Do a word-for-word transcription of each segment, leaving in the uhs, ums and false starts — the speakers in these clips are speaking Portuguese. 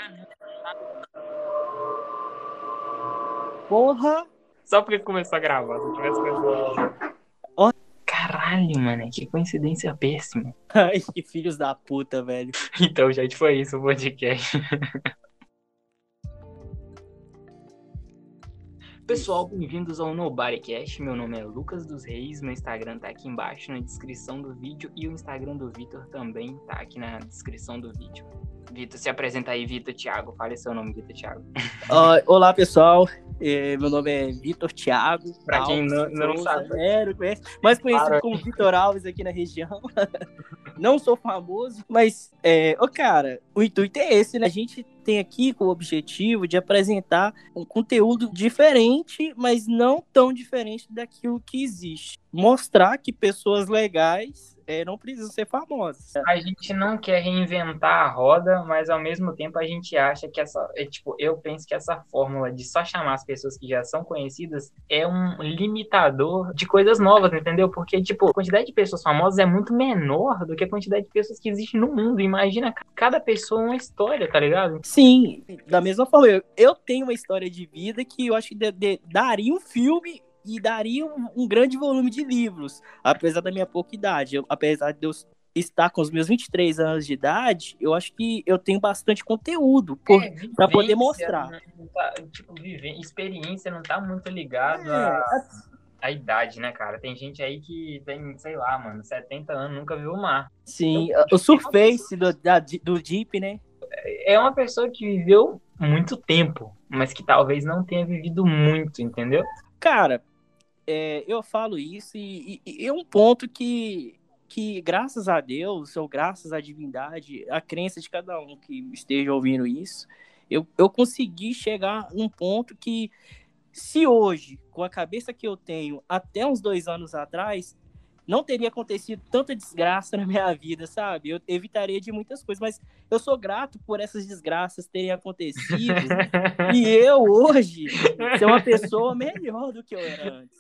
Porra! Só porque começou a gravar, se eu tivesse começado. Ó. Caralho, mano, que coincidência péssima. Ai, que filhos da puta, velho. Então, gente, foi isso o podcast. Pessoal, bem-vindos ao NobodyCast. Meu nome é Lucas dos Reis, meu Instagram tá aqui embaixo na descrição do vídeo e o Instagram do Vitor também tá aqui na descrição do vídeo. Vitor, se apresenta aí, Vitor Thiago. Fale seu nome, Vitor Thiago. Uh, olá, pessoal. É, meu nome é Vitor Thiago. Pra quem Alves não, não Souza. sabe. É, não conhece, mais conhecido Claro. como Vitor Alves aqui na região. Não sou famoso, mas, é, ô, cara, o intuito é esse, né? A gente tem aqui com o objetivo de apresentar um conteúdo diferente, mas não tão diferente daquilo que existe. Mostrar que pessoas legais é, não precisam ser famosas. A gente não quer reinventar a roda, mas ao mesmo tempo a gente acha que essa, é, tipo, eu penso que essa fórmula de só chamar as pessoas que já são conhecidas é um limitador de coisas novas, entendeu? Porque, tipo, a quantidade de pessoas famosas é muito menor do que a quantidade de pessoas que existem no mundo. Imagina cada pessoa uma história, tá ligado? Sim, da mesma forma, eu, eu tenho uma história de vida que eu acho que de, de, daria um filme e daria um, um grande volume de livros, apesar da minha pouca idade. Eu, apesar de eu estar com os meus vinte e três anos de idade, eu acho que eu tenho bastante conteúdo É, para poder vivência, mostrar. não tá, tipo, viver, experiência não tá muito ligado É, a, a- a idade, né, cara? Tem gente aí que tem, sei lá, mano, setenta anos, nunca viu o mar. sim, Eu, o Surface do, da, do Jeep, né? é uma pessoa que viveu muito tempo, mas que talvez não tenha vivido muito, entendeu? Cara, é, eu falo isso e, e, e é um ponto que, que, graças a Deus, ou graças à divindade, a crença de cada um que esteja ouvindo isso, eu, eu consegui chegar num ponto que, se hoje, com a cabeça que eu tenho, até uns dois anos atrás, não teria acontecido tanta desgraça na minha vida, sabe? Eu evitaria de muitas coisas, mas eu sou grato por essas desgraças terem acontecido e eu, hoje, ser uma pessoa melhor do que eu era antes.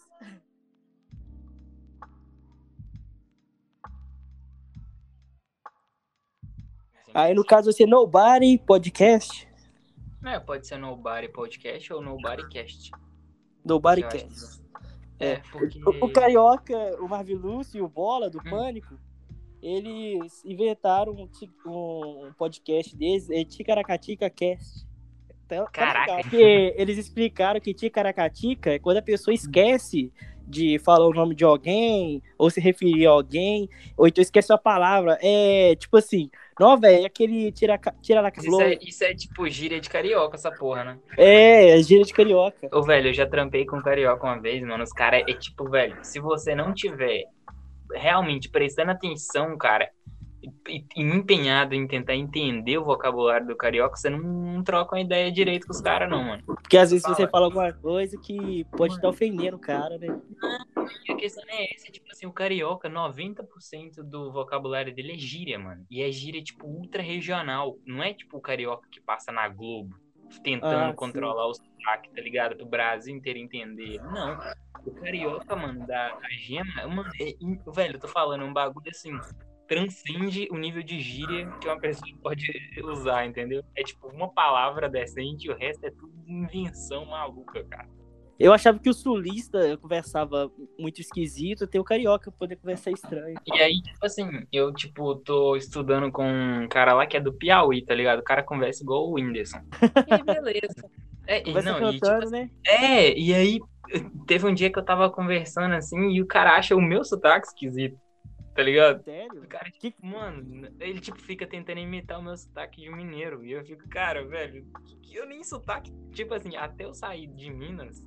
Aí, no caso, vai ser Nobody Podcast. É, pode ser Nobody Podcast ou NobodyCast. Nobody Eu acho Cast. que- É, É, porque... o, o Carioca, o Marvelúcio e o Bola, do Hum. Pânico, eles inventaram um, ti- um podcast deles, é Ticaracatica Cast. Tá, tá Caraca. legal. Porque eles explicaram que Ticaracatica é quando a pessoa esquece de falar o nome de alguém, ou se referir a alguém, ou então esquece a palavra. É tipo assim, não, velho, aquele tira, tira da Isso é, isso é tipo gíria de carioca, essa porra, né? É, é gíria de carioca. Ô, velho, eu já trampei com carioca uma vez, mano. Os caras é tipo, velho, se você não tiver realmente prestando atenção, cara, e, e empenhado em tentar entender o vocabulário do carioca, você não, não troca uma ideia direito com os caras, não, mano. Porque às vezes Fala. você fala alguma coisa que pode estar ofendendo o cara, né? E a questão é essa, tipo assim, o carioca, noventa por cento do vocabulário dele é gíria, mano. E é gíria, tipo, ultra regional. Não é tipo o carioca que passa na Globo, tentando Ah, controlar sim. o sotaque, tá ligado? Pro Brasil inteiro entender. Não. O carioca, mano, da, da gema, mano, é, é, velho, eu tô falando, é um bagulho assim, transcende o nível de gíria que uma pessoa pode usar, entendeu? É tipo uma palavra decente e o resto é tudo invenção maluca, cara. Eu achava que o sulista conversava muito esquisito, tem o carioca poder conversar estranho. E aí, tipo assim, eu, tipo, tô estudando com um cara lá que é do Piauí, tá ligado? O cara conversa igual o Whindersson. E aí, beleza. É, e Conversa não, e tipo cantando, assim, né? é, e aí teve um dia que eu tava conversando assim e o cara acha o meu sotaque esquisito, tá ligado? Sério? O cara, tipo, mano, ele tipo fica tentando imitar o meu sotaque de um mineiro. E eu fico, cara, velho, que eu nem sotaque, tipo assim, até eu sair de Minas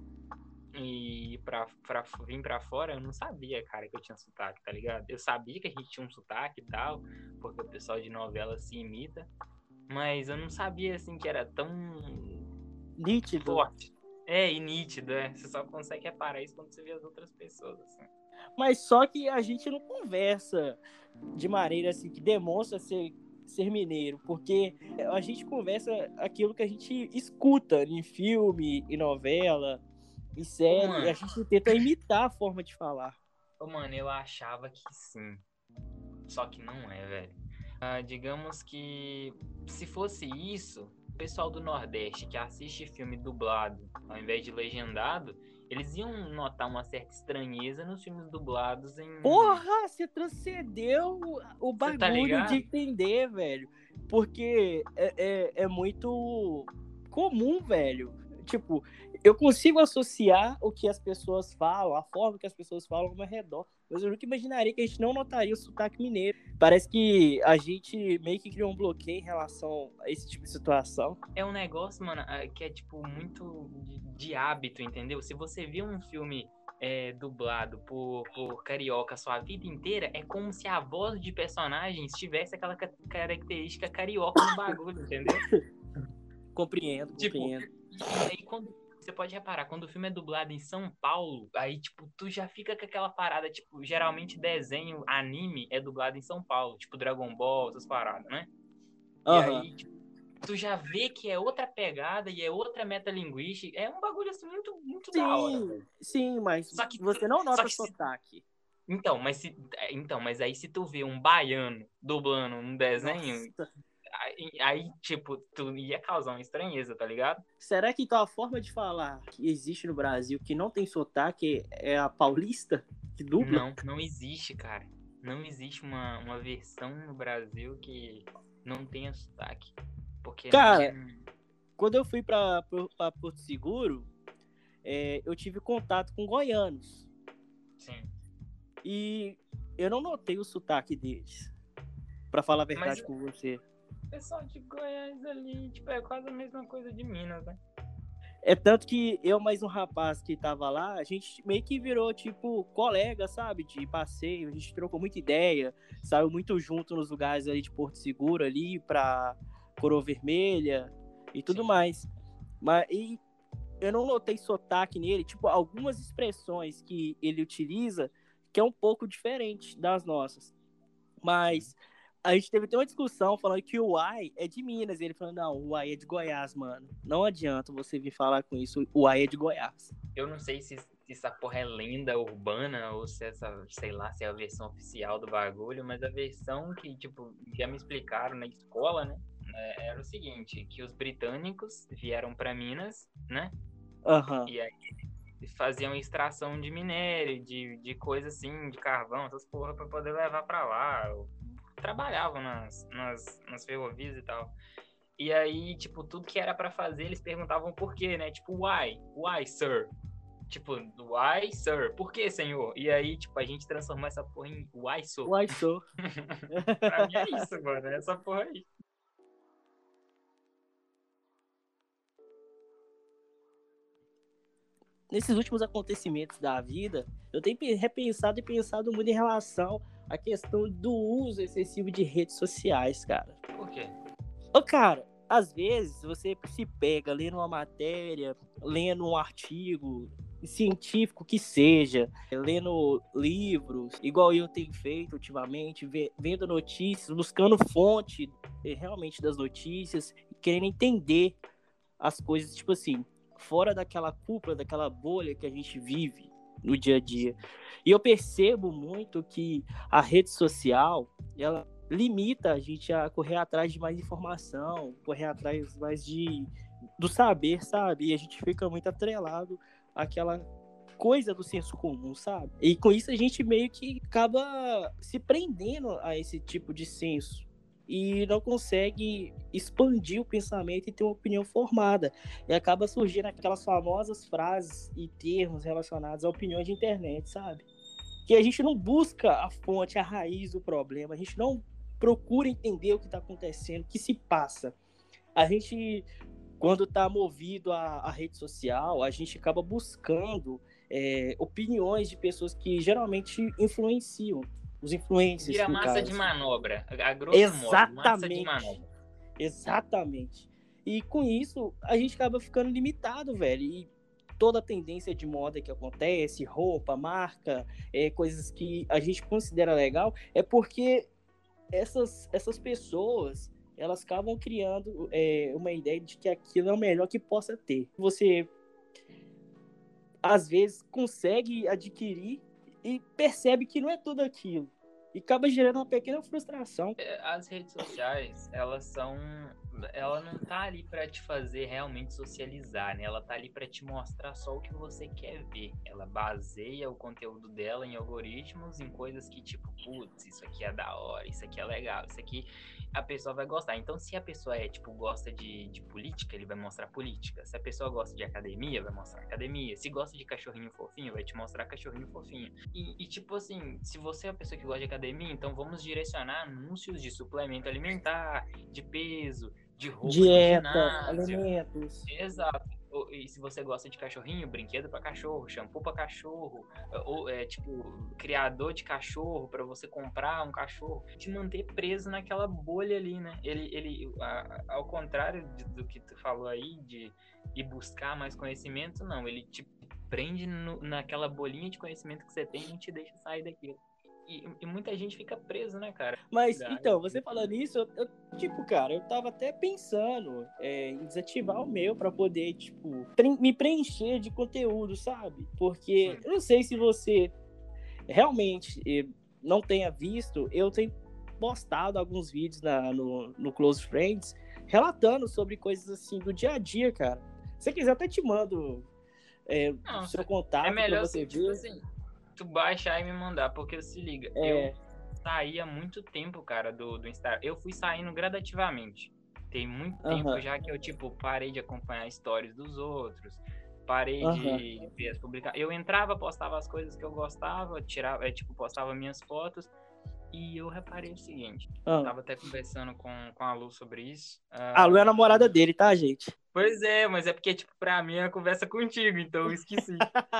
e pra, pra vir pra fora, eu não sabia, cara, que eu tinha sotaque, tá ligado? Eu sabia que a gente tinha um sotaque e tal, porque o pessoal de novela se imita, mas eu não sabia, assim, que era tão Nítido. forte. É, e nítido, é. Você só consegue reparar isso quando você vê as outras pessoas, assim. Mas só que a gente não conversa de maneira assim que demonstra ser, ser mineiro, porque a gente conversa aquilo que a gente escuta em filme, em novela, em série, mano. e a gente tenta imitar a forma de falar. Ô, mano, eu achava que sim. Só que não é, velho. Ah, digamos que se fosse isso, pessoal do Nordeste que assiste filme dublado ao invés de legendado, eles iam notar uma certa estranheza nos filmes dublados em... Porra, você transcendeu o Você tá bagulho de ligado? entender, velho. Porque é, é, é muito comum, velho. Tipo, eu consigo associar o que as pessoas falam, a forma que as pessoas falam ao meu redor. Mas eu nunca imaginaria que a gente não notaria o sotaque mineiro. Parece que a gente meio que criou um bloqueio em relação a esse tipo de situação. É um negócio, mano, ah, que é, tipo, muito de, de hábito, entendeu? Se você vê um filme é, dublado por, por carioca a sua vida inteira, é como se a voz de personagens tivesse aquela ca- característica carioca no bagulho, entendeu? Compreendo, Tipo, compreendo. e aí quando... Você pode reparar, quando o filme é dublado em São Paulo, aí, tipo, tu já fica com aquela parada, tipo, geralmente desenho, anime é dublado em São Paulo, tipo Dragon Ball, essas paradas, né? E Aham. aí, tipo, tu já vê que é outra pegada e é outra metalinguística. É um bagulho assim muito, muito da hora, Sim, velho. sim, mas Só que, tu- você não só nota que se, sotaque. então, mas se, é, então, mas aí se tu vê um baiano dublando um desenho, Nossa. aí, aí, tipo, tu ia causar uma estranheza, tá ligado? Será que então a forma de falar que existe no Brasil que não tem sotaque é a paulista que dubla? Não, não existe, cara. Não existe uma, uma versão no Brasil que não tenha sotaque. Porque não. Cara, quando eu fui pra, pra Porto Seguro, é, eu tive contato com goianos. Sim. E eu não notei o sotaque deles. Pra falar a Mas verdade com você. o pessoal de Goiás ali, tipo, é quase a mesma coisa de Minas, né? É tanto que eu mais um rapaz que tava lá, a gente meio que virou, tipo, colega, sabe? De passeio, a gente trocou muita ideia, saiu muito junto nos lugares ali de Porto Seguro, ali pra Coroa Vermelha e tudo Sim. mais. Mas e eu não notei sotaque nele, tipo, algumas expressões que ele utiliza que é um pouco diferente das nossas. Mas a gente teve até uma discussão falando que o Uai é de Minas. E ele falou, não, o Uai é de Goiás, mano. Não adianta você vir falar com isso, o Uai é de Goiás. Eu não sei se, se essa porra é lenda urbana ou se essa, sei lá, se é a versão oficial do bagulho, mas a versão que, tipo, já me explicaram na escola, né? é, Era o seguinte, que os britânicos vieram pra Minas, né? Aham. E aí faziam extração de minério, de, de coisa assim, de carvão, essas porra pra poder levar pra lá. Trabalhavam nas, nas, nas ferrovias e tal. E aí, tipo, tudo que era pra fazer, eles perguntavam por quê, né? Tipo, why? Why, sir? Tipo, why, sir? Por que, senhor? E aí, tipo, a gente transformou essa porra em why, so? Uai, sou. Pra mim é isso, mano. É essa porra aí. Nesses últimos acontecimentos da vida, eu tenho repensado e pensado muito em relação à questão do uso excessivo de redes sociais, cara. Por quê? Ô, cara, às vezes você se pega lendo uma matéria, lendo um artigo científico que seja, lendo livros, igual eu tenho feito ultimamente, vendo notícias, buscando fonte realmente das notícias, querendo entender as coisas, tipo assim, fora daquela cúpula, daquela bolha que a gente vive no dia a dia. E eu percebo muito que a rede social, ela limita a gente a correr atrás de mais informação, correr atrás mais de do saber, sabe? E a gente fica muito atrelado àquela coisa do senso comum, sabe? E com isso a gente meio que acaba se prendendo a esse tipo de senso e não consegue expandir o pensamento e ter uma opinião formada. E acaba surgindo aquelas famosas frases e termos relacionados a opiniões de internet, sabe? Que a gente não busca a fonte, a raiz do problema, a gente não procura entender o que está acontecendo, o que se passa. A gente, quando está movido à, à rede social, a gente acaba buscando é, opiniões de pessoas que geralmente influenciam, os influencers, Vira no massa de caso. manobra. A grosso modo, massa de Exatamente. manobra. Exatamente. E com isso, a gente acaba ficando limitado, velho. E toda a tendência de moda que acontece, roupa, marca, é, coisas que a gente considera legal, é porque essas, essas pessoas, elas acabam criando é, uma ideia de que aquilo é o melhor que possa ter. Você, às vezes, consegue adquirir e percebe que não é tudo aquilo. E acaba gerando uma pequena frustração. As redes sociais, elas são ela não tá ali pra te fazer realmente socializar, né? Ela tá ali pra te mostrar só o que você quer ver. Ela baseia o conteúdo dela em algoritmos, em coisas que tipo, putz, isso aqui é da hora, isso aqui é legal, isso aqui a pessoa vai gostar. Então, se a pessoa é, tipo, gosta de, de política, ele vai mostrar política. Se a pessoa gosta de academia, vai mostrar academia. Se gosta de cachorrinho fofinho, vai te mostrar cachorrinho fofinho. E, e tipo assim, se você é uma pessoa que gosta de academia, então vamos direcionar anúncios de suplemento alimentar, de peso, de roupa de Dieta, ginásio. alimentos. Exato. E se você gosta de cachorrinho, brinquedo para cachorro, shampoo para cachorro, ou é tipo criador de cachorro para você comprar um cachorro, te manter preso naquela bolha ali, né? Ele, ele, a, ao contrário de, do que tu falou aí de ir buscar mais conhecimento, não, ele te prende no, naquela bolinha de conhecimento que você tem e não te deixa sair daquilo. E, e muita gente fica preso, né, cara? Mas, então, você falando isso, eu, eu, tipo, cara, eu tava até pensando é, em desativar o meu pra poder, tipo, pre- me preencher de conteúdo, sabe? Porque Hum. eu não sei se você realmente eh, não tenha visto, eu tenho postado alguns vídeos na, no, no Close Friends relatando sobre coisas assim do dia a dia, cara. Se você quiser, eu até te mando é, Não, o seu é contato pra melhor você assim, tipo ver. assim, tu baixar e me mandar, porque se liga, É. eu saí há muito tempo, cara, do, do Instagram. Eu fui saindo gradativamente. Tem muito tempo Aham. já que eu, tipo, parei de acompanhar stories dos outros, parei Aham. de ver as publicações. Eu entrava, postava as coisas que eu gostava, tirava, é, tipo, postava minhas fotos. E eu reparei o seguinte, Aham. tava até conversando com, com a Lu sobre isso. A Lu é a ah, namorada dele, tá, gente? Pois é, mas é porque, tipo, pra mim é a conversa contigo, então eu esqueci.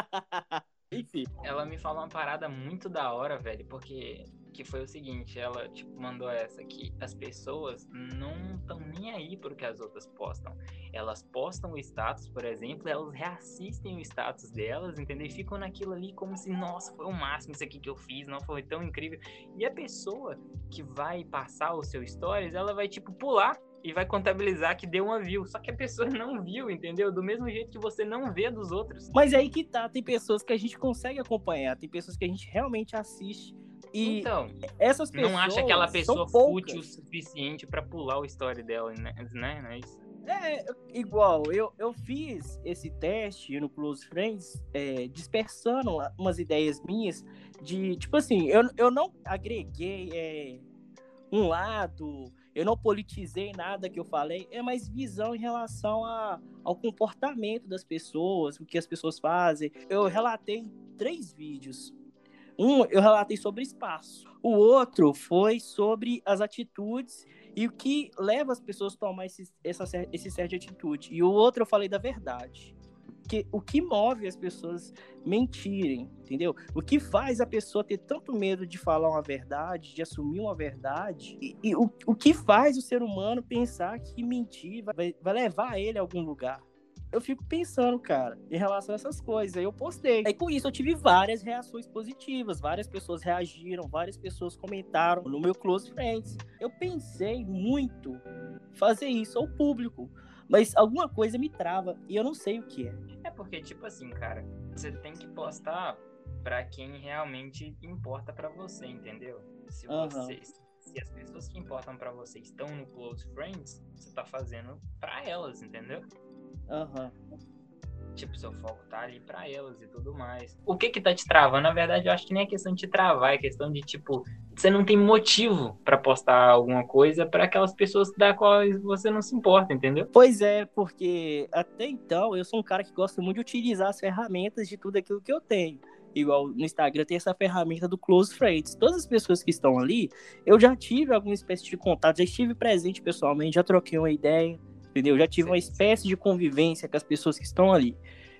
Enfim. Ela me falou uma parada muito da hora, velho, porque que foi o seguinte, ela, tipo, mandou essa aqui. As pessoas não estão nem aí pro que as outras postam. Elas postam o status, por exemplo, elas reassistem o status delas, entendeu? E ficam naquilo ali como se, nossa, foi o máximo isso aqui que eu fiz, não foi tão incrível. E a pessoa que vai passar o seu stories, ela vai, tipo, pular e vai contabilizar que deu uma view. Só que a pessoa não viu, entendeu? Do mesmo jeito que você não vê dos outros. Mas aí que tá, tem pessoas que a gente consegue acompanhar, tem pessoas que a gente realmente assiste. E Então, essas pessoas não acha aquela são pessoa poucas. fútil o suficiente pra pular o story dela, né? né? Não é isso? É, igual, eu, eu fiz esse teste no Close Friends, é, dispersando umas ideias minhas de, tipo assim, eu, eu não agreguei é, um lado, eu não politizei nada que eu falei, é mais visão em relação a, ao comportamento das pessoas, o que as pessoas fazem. Eu relatei três vídeos. Um, eu relatei sobre espaço. O outro foi sobre as atitudes e o que leva as pessoas a tomar esse, essa, esse certo de atitude. E o outro eu falei da verdade. Que, o que move as pessoas mentirem, entendeu? O que faz a pessoa ter tanto medo de falar uma verdade, de assumir uma verdade, e, e o, o que faz o ser humano pensar que mentir vai, vai levar ele a algum lugar. Eu fico pensando, cara, em relação a essas coisas. Aí eu postei. Aí com isso eu tive várias reações positivas. Várias pessoas reagiram, várias pessoas comentaram no meu Close Friends. Eu pensei muito fazer isso ao público. Mas alguma coisa me trava e eu não sei o que é. É porque, tipo assim, cara, você tem que postar pra quem realmente importa pra você, entendeu? Se você... Uhum. Se as pessoas que importam pra você estão no Close Friends, você tá fazendo pra elas, entendeu? Aham. Uhum. Tipo, seu foco tá ali pra elas e tudo mais. O que que tá te travando? Na verdade, eu acho que nem é questão de te travar, é questão de, tipo, você não tem motivo pra postar alguma coisa pra aquelas pessoas da qual você não se importa, entendeu? Pois é, porque até então eu sou um cara que gosta muito de utilizar as ferramentas de tudo aquilo que eu tenho. Igual no Instagram tem essa ferramenta do Close Friends. Todas as pessoas que estão ali, eu já tive alguma espécie de contato, já estive presente pessoalmente, já troquei uma ideia, entendeu? Já tive uma espécie de convivência com as pessoas que estão ali.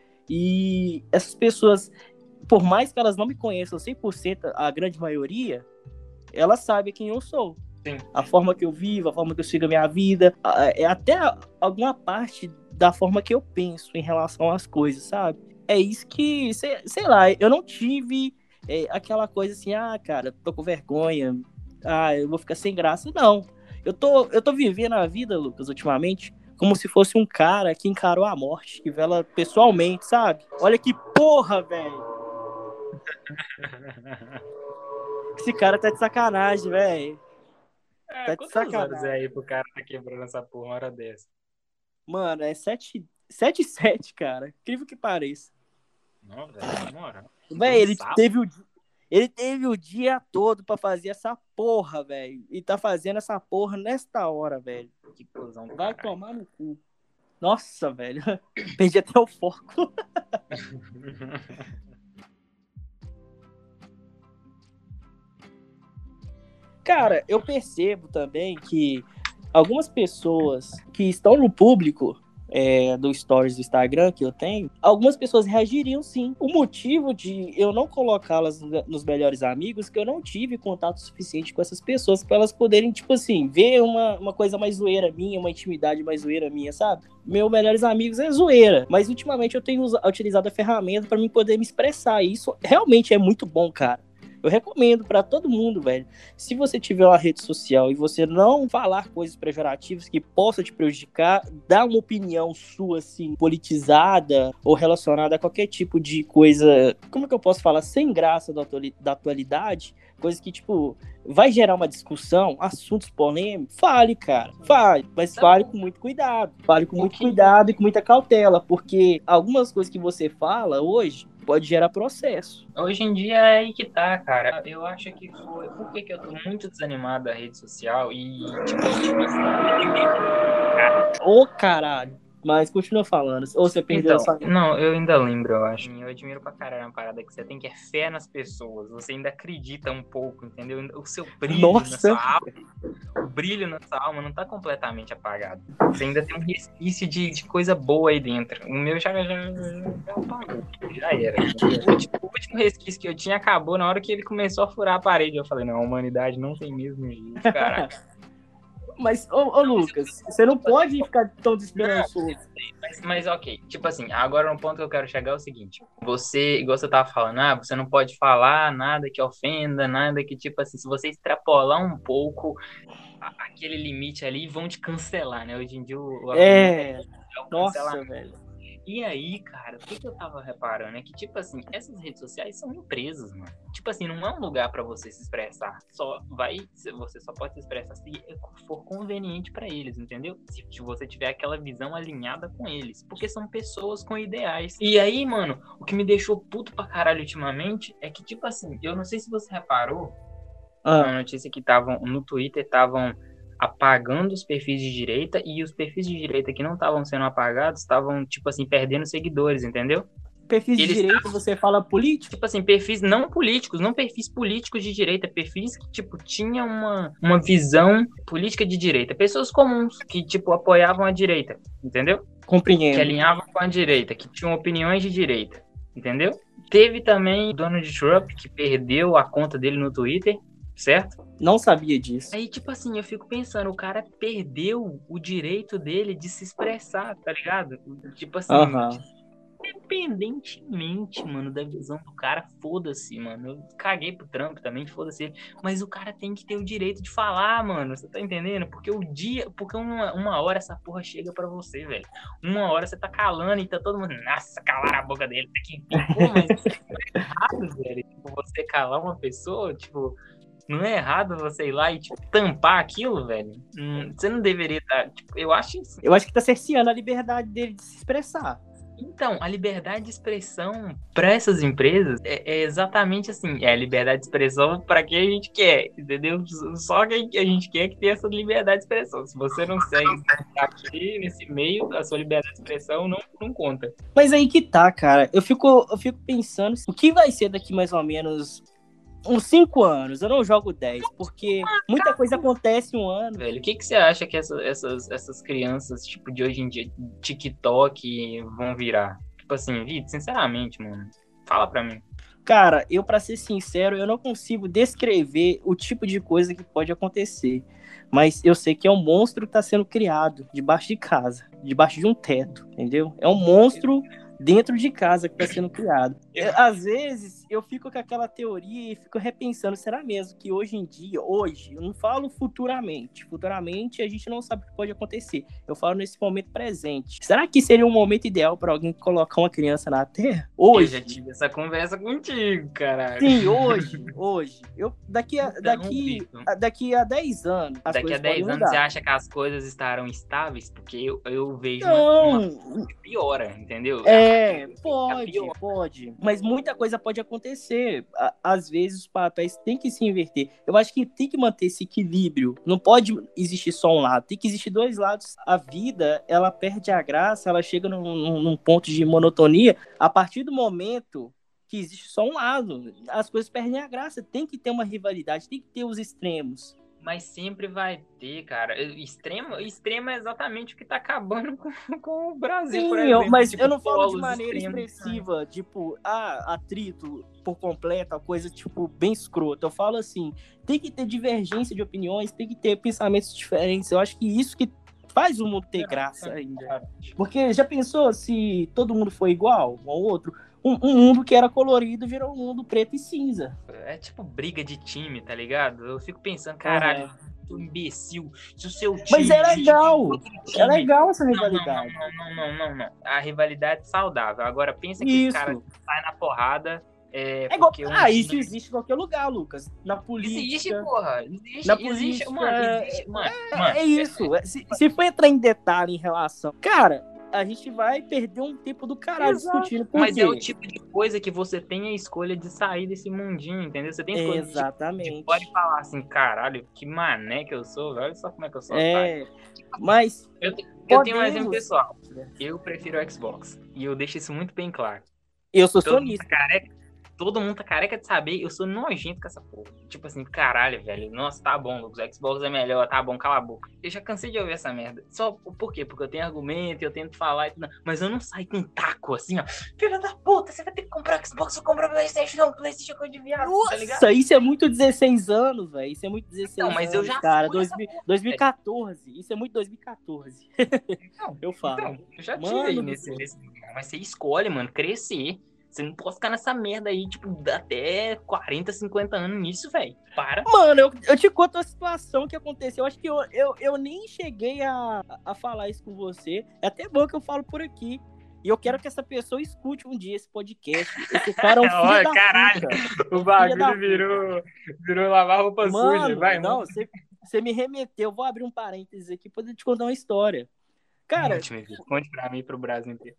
E essas pessoas, por mais que elas não me conheçam cem por cento, a grande maioria, elas sabem quem eu sou. Sim. A forma que eu vivo, a forma que eu sigo a minha vida, é até alguma parte da forma que eu penso em relação às coisas, sabe? É isso que, sei, sei lá, eu não tive é, aquela coisa assim, ah, cara, tô com vergonha, ah, eu vou ficar sem graça. Não, eu tô, eu tô vivendo a vida, Lucas, ultimamente, como se fosse um cara que encarou a morte, que vela pessoalmente, sabe? Olha que porra, velho! Esse cara tá de sacanagem, velho. É, Tá de quantas horas é sacanagem. aí pro cara tá quebrando essa porra uma hora dessa? Mano, é sete, sete e sete, cara. Incrível que pareça. Não, velho, na moral. Véi, Num ele sábado? teve o, di- ele teve o dia todo pra fazer essa porra, velho. E tá fazendo essa porra nesta hora, velho. Que cuzão do Vai caralho. tomar no cu. Nossa, velho. Perdi até o foco. Cara, eu percebo também que algumas pessoas que estão no público é, do Stories do Instagram que eu tenho, algumas pessoas reagiriam sim. O motivo de eu não colocá-las nos melhores amigos é que eu não tive contato suficiente com essas pessoas para elas poderem, tipo assim, ver uma, uma coisa mais zoeira minha, uma intimidade mais zoeira minha, sabe? Meus melhores amigos é zoeira, mas ultimamente eu tenho utilizado a ferramenta para mim poder me expressar, e isso realmente é muito bom, cara. Eu recomendo pra todo mundo, velho. Se você tiver uma rede social e você não falar coisas pejorativas que possam te prejudicar, dá uma opinião sua, assim, politizada ou relacionada a qualquer tipo de coisa, como é que eu posso falar, sem graça da, atuali- da atualidade, coisas que, tipo, vai gerar uma discussão, assuntos polêmicos, fale, cara, fale, mas fale com muito cuidado. Fale com muito cuidado e com muita cautela, porque algumas coisas que você fala hoje pode gerar processo. Hoje em dia é aí que tá, cara. Eu acho que foi. Por que que eu tô muito desanimado da rede social? E, tipo, tipo assim. Ô, caralho. Mas continua falando. Ou você perdeu a Então, sua... não, eu ainda lembro, eu acho. Eu admiro pra caralho uma parada que você tem, que é fé nas pessoas. Você ainda acredita um pouco, entendeu? O seu brilho na Nossa. sua alma, o brilho na sua alma não tá completamente apagado. Você ainda tem um resquício de, de coisa boa aí dentro. O meu já, já, já, já apagou, já era. O último, o último resquício que eu tinha acabou na hora que ele começou a furar a parede. Eu falei, não, a humanidade não tem mesmo jeito, caraca. Mas, ô, ô Lucas, você não pode ficar tão desesperançoso. Mas, mas ok, tipo assim, agora no ponto que eu quero chegar é o seguinte: você, igual você tava falando, ah, você não pode falar nada que ofenda, nada que, tipo assim, se você extrapolar um pouco a- aquele limite ali, vão te cancelar, né? Hoje em dia o, o argumento é, É. é o Nossa, cancelamento. velho. E aí, cara, o que, que eu tava reparando é que, tipo assim, essas redes sociais são empresas, mano. Tipo assim, não é um lugar pra você se expressar. Só vai, você só pode se expressar se for conveniente pra eles, entendeu? Se, se você tiver aquela visão alinhada com eles. Porque são pessoas com ideais. E aí, mano, o que me deixou puto pra caralho ultimamente é que, tipo assim, eu não sei se você reparou, Ah, uma notícia que estavam no Twitter, estavam apagando os perfis de direita, e os perfis de direita que não estavam sendo apagados estavam, tipo assim, perdendo seguidores, entendeu? perfis de Eles direita, você fala político? tipo assim, perfis não políticos, não perfis políticos de direita, perfis que, tipo, tinham uma, uma visão política de direita. Pessoas comuns que, tipo, apoiavam a direita, entendeu? Que Compreendo. alinhavam com a direita, que tinham opiniões de direita, entendeu? Teve também o Donald Trump, que perdeu a conta dele no Twitter, certo? Não sabia disso. Aí, tipo assim, eu fico pensando, o cara perdeu o direito dele de se expressar, tá ligado? Tipo assim, Aham. independentemente, mano, da visão do cara, foda-se, mano. Eu caguei pro Trump também, foda-se ele. Mas o cara tem que ter o direito de falar, mano. Você tá entendendo? Porque o dia. Porque uma, uma hora essa porra chega pra você, velho. Uma hora você tá calando e tá todo mundo. Nossa, calar a boca dele. Que... Pô, mas é errado, velho. Tipo, você calar uma pessoa, tipo. Não é errado você ir lá e, tipo, tampar aquilo, velho? Hum, você não deveria estar. Tipo, eu acho isso. Eu acho que tá cerceando a liberdade dele de se expressar. Então, a liberdade de expressão para essas empresas é, é exatamente assim, é a liberdade de expressão para quem a gente quer, entendeu? Só quem a gente quer que tenha essa liberdade de expressão. Se você não segue aqui nesse meio, a sua liberdade de expressão não, não conta. Mas aí que tá, cara. Eu fico, eu fico pensando o que vai ser daqui mais ou menos uns cinco anos. Eu não jogo dez, porque muita coisa acontece em um ano. Velho, o que, que você acha que essa, essas, essas crianças, tipo, de hoje em dia, TikTok, vão virar? Tipo assim, Vitor, sinceramente, mano, fala pra mim. Cara, eu, pra ser sincero, eu não consigo descrever o tipo de coisa que pode acontecer. Mas eu sei que é um monstro que tá sendo criado debaixo de casa, debaixo de um teto, entendeu? É um monstro dentro de casa que está sendo criado. Eu, às vezes, eu fico com aquela teoria e fico repensando, será mesmo que hoje em dia, hoje, eu não falo futuramente, futuramente a gente não sabe o que pode acontecer, eu falo nesse momento presente. Será que seria um momento ideal para alguém colocar uma criança na Terra? Hoje? Eu já tive essa conversa contigo, caralho. Sim, hoje, hoje. Eu, daqui, a, então, daqui, a, daqui a dez anos, as daqui a dez anos, mudar. Você acha que as coisas estarão estáveis? Porque eu, eu vejo não. uma, uma piora, entendeu? É, pode, pode. Mas muita coisa pode acontecer. Às vezes os papéis têm que se inverter. Eu acho que tem que manter esse equilíbrio. Não pode existir só um lado. Tem que existir dois lados. A vida, ela perde a graça, ela chega num, num ponto de monotonia a partir do momento que existe só um lado. As coisas perdem a graça. Tem que ter uma rivalidade, tem que ter os extremos. Mas sempre vai ter, cara. Extremo, extremo é exatamente o que tá acabando com, com o Brasil, Sim, por exemplo. Eu, mas tipo, eu não falo de maneira extremos, expressiva, né? Tipo, ah, atrito por completo, coisa, tipo, bem escrota. Eu falo assim, tem que ter divergência de opiniões, tem que ter pensamentos diferentes. Eu acho que isso que faz o mundo ter graça ainda. Porque já pensou se todo mundo for igual um ao outro? Um, um mundo que era colorido virou um mundo preto e cinza. É tipo briga de time, tá ligado? Eu fico pensando, caralho, é. um imbecil. Se o seu time... Mas é legal. Time... É legal essa rivalidade. Não, não, não, não, não, não. A rivalidade é saudável. Agora pensa que isso. os caras saem na porrada... É, é igual... um Ah, time... isso existe em qualquer lugar, Lucas. Na política... Existe, porra. Existe, na política, existe, mano. Existe, mano. É, mano, é isso. É, se, se for entrar em detalhe em relação... Cara... a gente vai perder um tempo do caralho Exato. discutindo. Por Mas quê? é o tipo de coisa que você tem a escolha de sair desse mundinho, entendeu? Você tem a escolha Exatamente. de, de pode falar assim, caralho, que mané que eu sou, olha só como é que eu sou. É, mas... Eu, eu tenho um exemplo pessoal. Eu prefiro o Xbox. E eu deixo isso muito bem claro. Eu sou Todo sonista. Mundo tá careca, todo mundo tá careca de saber, eu sou nojento com essa porra. Tipo assim, caralho, velho. Nossa, tá bom, Lucas. O Xbox é melhor, tá bom, cala a boca. Eu já cansei de ouvir essa merda. Só por quê? Porque eu tenho argumento, eu tento falar e tudo. Mas eu não saio com um taco assim, ó. Filha da puta, você vai ter que comprar Xbox ou comprar PlayStation. Não, PlayStation é coisa de viado, Nossa, tá ligado? Isso é muito dezesseis anos, velho. Isso é muito dezesseis não, mas anos, eu já cara. fui Dois, porra, dois mil e catorze. Isso é muito dois mil e catorze. Não, eu falo. Então, eu já mano tive nesse, nesse... Mas você escolhe, mano, crescer. Você não pode ficar nessa merda aí, tipo, até quarenta, cinquenta anos nisso, velho. Para. Mano, eu, eu te conto a situação que aconteceu. Eu acho que eu, eu, eu nem cheguei a, a falar isso com você. É até bom que eu falo por aqui. E eu quero que essa pessoa escute um dia esse podcast. Esse cara é um filho Olha, da caralho, puta. O bagulho virou, virou lavar roupa mano, suja. Vai, não, mano. você, você me remeteu. Eu vou abrir um parênteses aqui pra te contar uma história. Cara... Conte, conte pra mim e pro Brasil inteiro.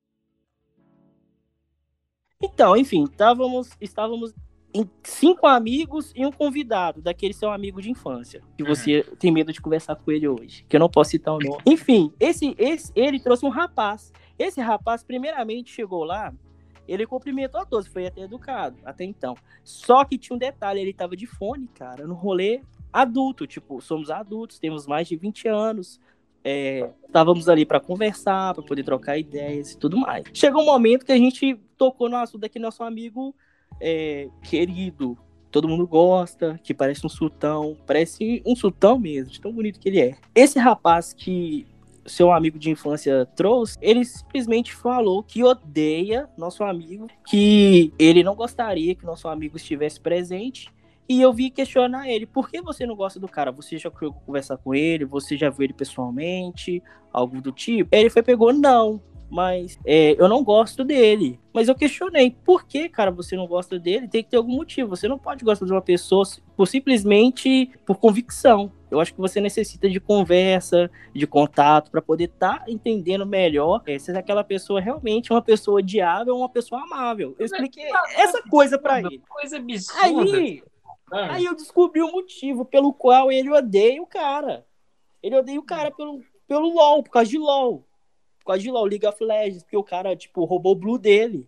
Então, enfim, estávamos, estávamos em cinco amigos e um convidado, daquele seu amigo de infância, que você uhum. tem medo de conversar com ele hoje, que eu não posso citar o nome. Enfim, esse, esse, ele trouxe um rapaz. Esse rapaz, primeiramente, chegou lá, ele cumprimentou a todos, foi até educado, até então. Só que tinha um detalhe, ele tava de fone, cara, no rolê adulto, tipo, somos adultos, temos mais de vinte anos, É, estávamos ali para conversar, para poder trocar ideias e tudo mais. Chegou um momento que a gente tocou no assunto daquele nosso amigo é, querido, todo mundo gosta, que parece um sultão, parece um sultão mesmo, de tão bonito que ele é. Esse rapaz que seu amigo de infância trouxe, ele simplesmente falou que odeia nosso amigo, que ele não gostaria que nosso amigo estivesse presente. E eu vi questionar ele, por que você não gosta do cara? Você já foi conversar com ele? Você já viu ele pessoalmente? Algo do tipo? Ele foi, pegou, não, mas é, eu não gosto dele. Mas eu questionei, por que, cara, você não gosta dele? Tem que ter algum motivo. Você não pode gostar de uma pessoa por simplesmente por convicção. Eu acho que você necessita de conversa, de contato, para poder estar tá entendendo melhor é, se aquela pessoa realmente é uma pessoa odiável ou uma pessoa amável. Eu expliquei essa coisa para ele. Coisa absurda. Aí... Aí eu descobri o motivo pelo qual ele odeia o cara. Ele odeia o cara pelo, pelo LoL, por causa de LoL. Por causa de LoL, League of Legends, porque o cara, tipo, roubou o Blue dele.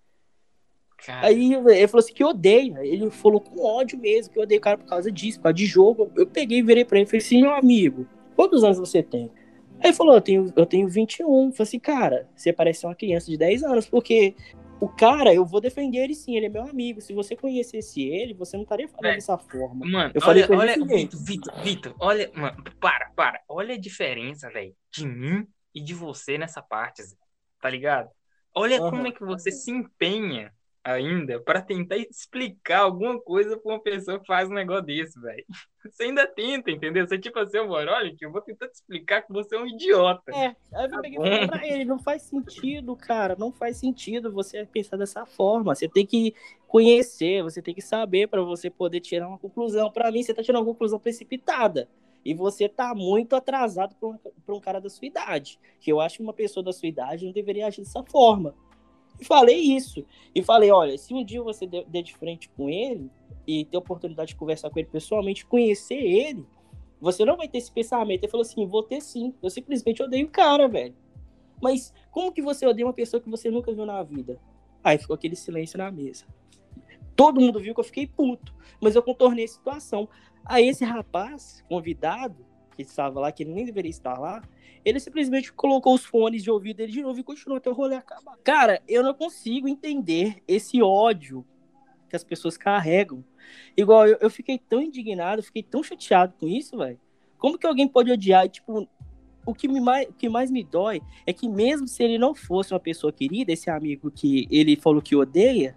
Cara. Aí ele falou assim que odeia. Ele falou com ódio mesmo, que odeia o cara por causa disso, por causa de jogo. Eu peguei e virei pra ele e falei assim, meu amigo, quantos anos você tem? Aí ele falou, eu tenho, eu tenho vinte e um. Eu falei assim, cara, você parece uma criança de dez anos, porque... O cara, eu vou defender ele sim, ele é meu amigo. Se você conhecesse ele, você não estaria falando é. dessa forma. Mano, eu falei olha, olha, Vitor, Vitor, Vitor, olha, mano, para, para. Olha a diferença, velho, de mim e de você nessa parte, tá ligado? Olha como é Aham. que você se empenha ainda pra tentar explicar alguma coisa pra uma pessoa que faz um negócio desse, velho. Você ainda tenta, entendeu? Você tipo assim, amor, olha que eu vou tentar te explicar que você é um idiota. É, aí eu Tá peguei e falei bom. pra ele, não faz sentido, cara, não faz sentido você pensar dessa forma. Você tem que conhecer, você tem que saber para você poder tirar uma conclusão. Para mim, você tá tirando uma conclusão precipitada. E você tá muito atrasado para um, pra um cara da sua idade. Que eu acho que uma pessoa da sua idade não deveria agir dessa forma. E falei isso. E falei, olha, se um dia você der de frente com ele e ter oportunidade de conversar com ele pessoalmente, conhecer ele, você não vai ter esse pensamento. Ele falou assim, vou ter sim. Eu simplesmente odeio o cara, velho. Mas como que você odeia uma pessoa que você nunca viu na vida? Aí ficou aquele silêncio na mesa. Todo mundo viu que eu fiquei puto, mas eu contornei a situação. Aí esse rapaz, convidado, que estava lá, que ele nem deveria estar lá, ele simplesmente colocou os fones de ouvido dele de novo e continuou até o rolê acabar. Cara, eu não consigo entender esse ódio que as pessoas carregam. Igual, eu, eu fiquei tão indignado, fiquei tão chateado com isso, velho. Como que alguém pode odiar? Tipo, o que, me mais, o que mais me dói é que mesmo se ele não fosse uma pessoa querida, esse amigo que ele falou que odeia,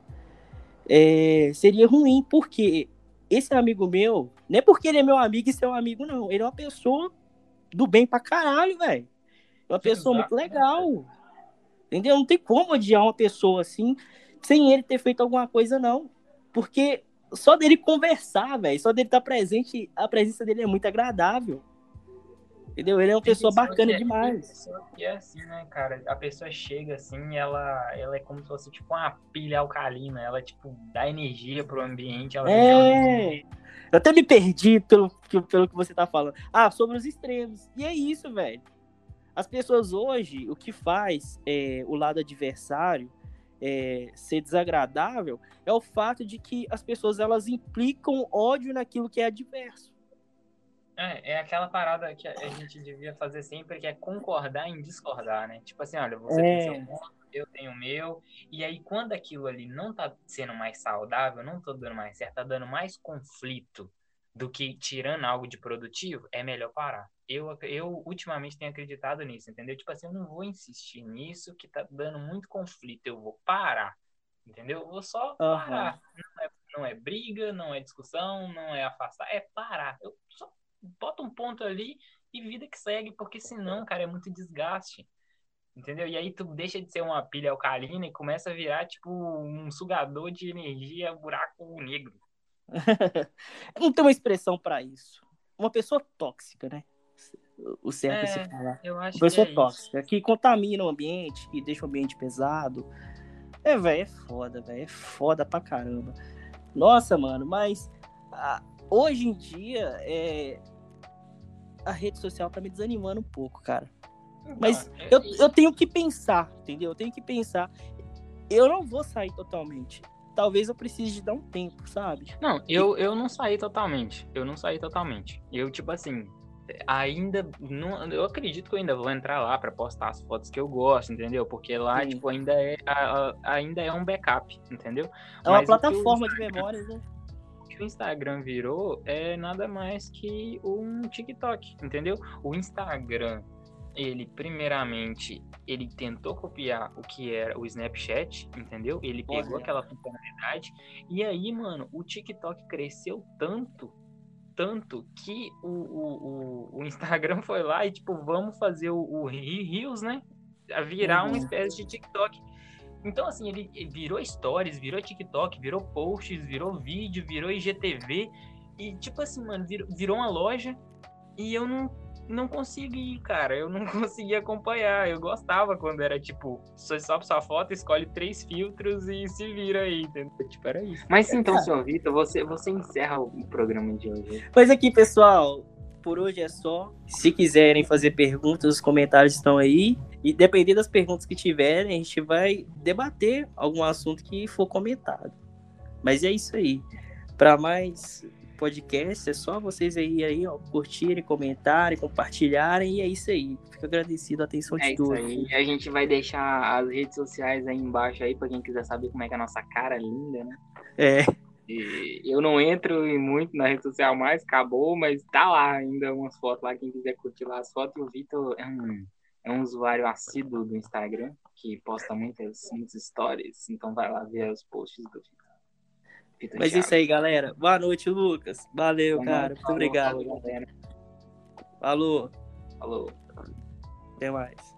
é, seria ruim, porque esse amigo meu, não é porque ele é meu amigo e seu amigo, não. Ele é uma pessoa do bem pra caralho, velho. É uma pessoa muito Exatamente. legal. Entendeu? Não tem como odiar uma pessoa assim sem ele ter feito alguma coisa, não. Porque só dele conversar, velho, só dele estar presente, a presença dele é muito agradável. Entendeu? Ele é uma Tem pessoa pessoa que bacana é, tem demais. pessoa que é assim, né, cara? A pessoa chega assim, ela, ela é como se fosse tipo uma pilha alcalina, ela tipo dá energia pro ambiente, ela deixa o ambiente. É. Eu até me perdi pelo, pelo que você tá falando. Ah, sobre os extremos. E é isso, velho. As pessoas hoje, o que faz é, o lado adversário é, ser desagradável é o fato de que as pessoas elas implicam ódio naquilo que é adverso. É, é aquela parada que a a gente devia fazer sempre, que é concordar em discordar, né? Tipo assim, olha, você tem seu É. ponto, eu tenho o meu, e aí quando aquilo ali não tá sendo mais saudável, não tá dando mais certo, tá dando mais conflito do que tirando algo de produtivo, é melhor parar. Eu, eu ultimamente tenho acreditado nisso, entendeu? Tipo assim, eu não vou insistir nisso que tá dando muito conflito, eu vou parar, entendeu? Eu vou só Aham. parar. Não é, não é briga, não é discussão, não é afastar, é parar. Eu só bota um ponto ali e vida que segue, porque senão, cara, é muito desgaste. Entendeu? E aí tu deixa de ser uma pilha alcalina e começa a virar, tipo, um sugador de energia buraco negro. Não tem uma expressão para isso. Uma pessoa tóxica, né? O certo é se É, falar. eu Uma acho que pessoa é isso. tóxica, que contamina o ambiente, que deixa o ambiente pesado. É, velho, é foda, velho. É foda pra caramba. Nossa, mano, mas ah, hoje em dia é, a rede social tá me desanimando um pouco, cara. Então, Mas é- eu, eu tenho que pensar, entendeu? Eu tenho que pensar. Eu não vou sair totalmente. Talvez eu precise de dar um tempo, sabe? não, E, eu, eu não saí totalmente. Eu não saí totalmente. Eu, tipo assim, ainda não, eu acredito que eu ainda vou entrar lá pra postar as fotos que eu gosto, entendeu? Porque lá, sim, tipo, ainda é, a- a- ainda é um backup, entendeu? é uma Mas o que o plataforma de memórias, né? que o Instagram virou é nada mais que um TikTok, entendeu? O Instagram, ele primeiramente, ele tentou copiar o que era o Snapchat, entendeu? Ele pegou Correto. aquela funcionalidade e aí, mano, o TikTok cresceu tanto, tanto que o, o, o, o Instagram foi lá e tipo, vamos fazer o, o Reels, né? A virar uma Uhum. espécie de TikTok. Então, assim, ele virou stories, virou TikTok, virou posts, virou vídeo, virou I G T V. E, tipo assim, mano, virou, virou uma loja e eu não, não consegui, cara. Eu não consegui acompanhar. Eu gostava quando era, tipo, você sobe sua foto, escolhe três filtros e se vira aí, entendeu? Tipo, era isso. Mas então, Ah, senhor Vitor, você, você encerra o programa de hoje. mas aqui, pessoal, por hoje é só. Se quiserem fazer perguntas, os comentários estão aí. E dependendo das perguntas que tiverem, a gente vai debater algum assunto que for comentado. Mas é isso aí. Para mais podcast, é só vocês aí, aí ó, curtirem, comentarem, compartilharem. E é isso aí. Fico agradecido a atenção É de isso todos. aí. A gente vai deixar as redes sociais aí embaixo aí pra quem quiser saber como é que é a nossa cara linda, né? É, E eu não entro em muito na rede social mais, acabou, mas tá lá ainda umas fotos lá, quem quiser curtir lá as fotos. E o Vitor é um, é um usuário assíduo do Instagram. que posta muitas, muitas stories, então vai lá ver os posts do Vitor Mas é Thiago. isso aí, galera. Boa noite, Lucas. Valeu, Boa cara. noite, Muito falou, obrigado. falou, galera. Falou. Falou. Até mais.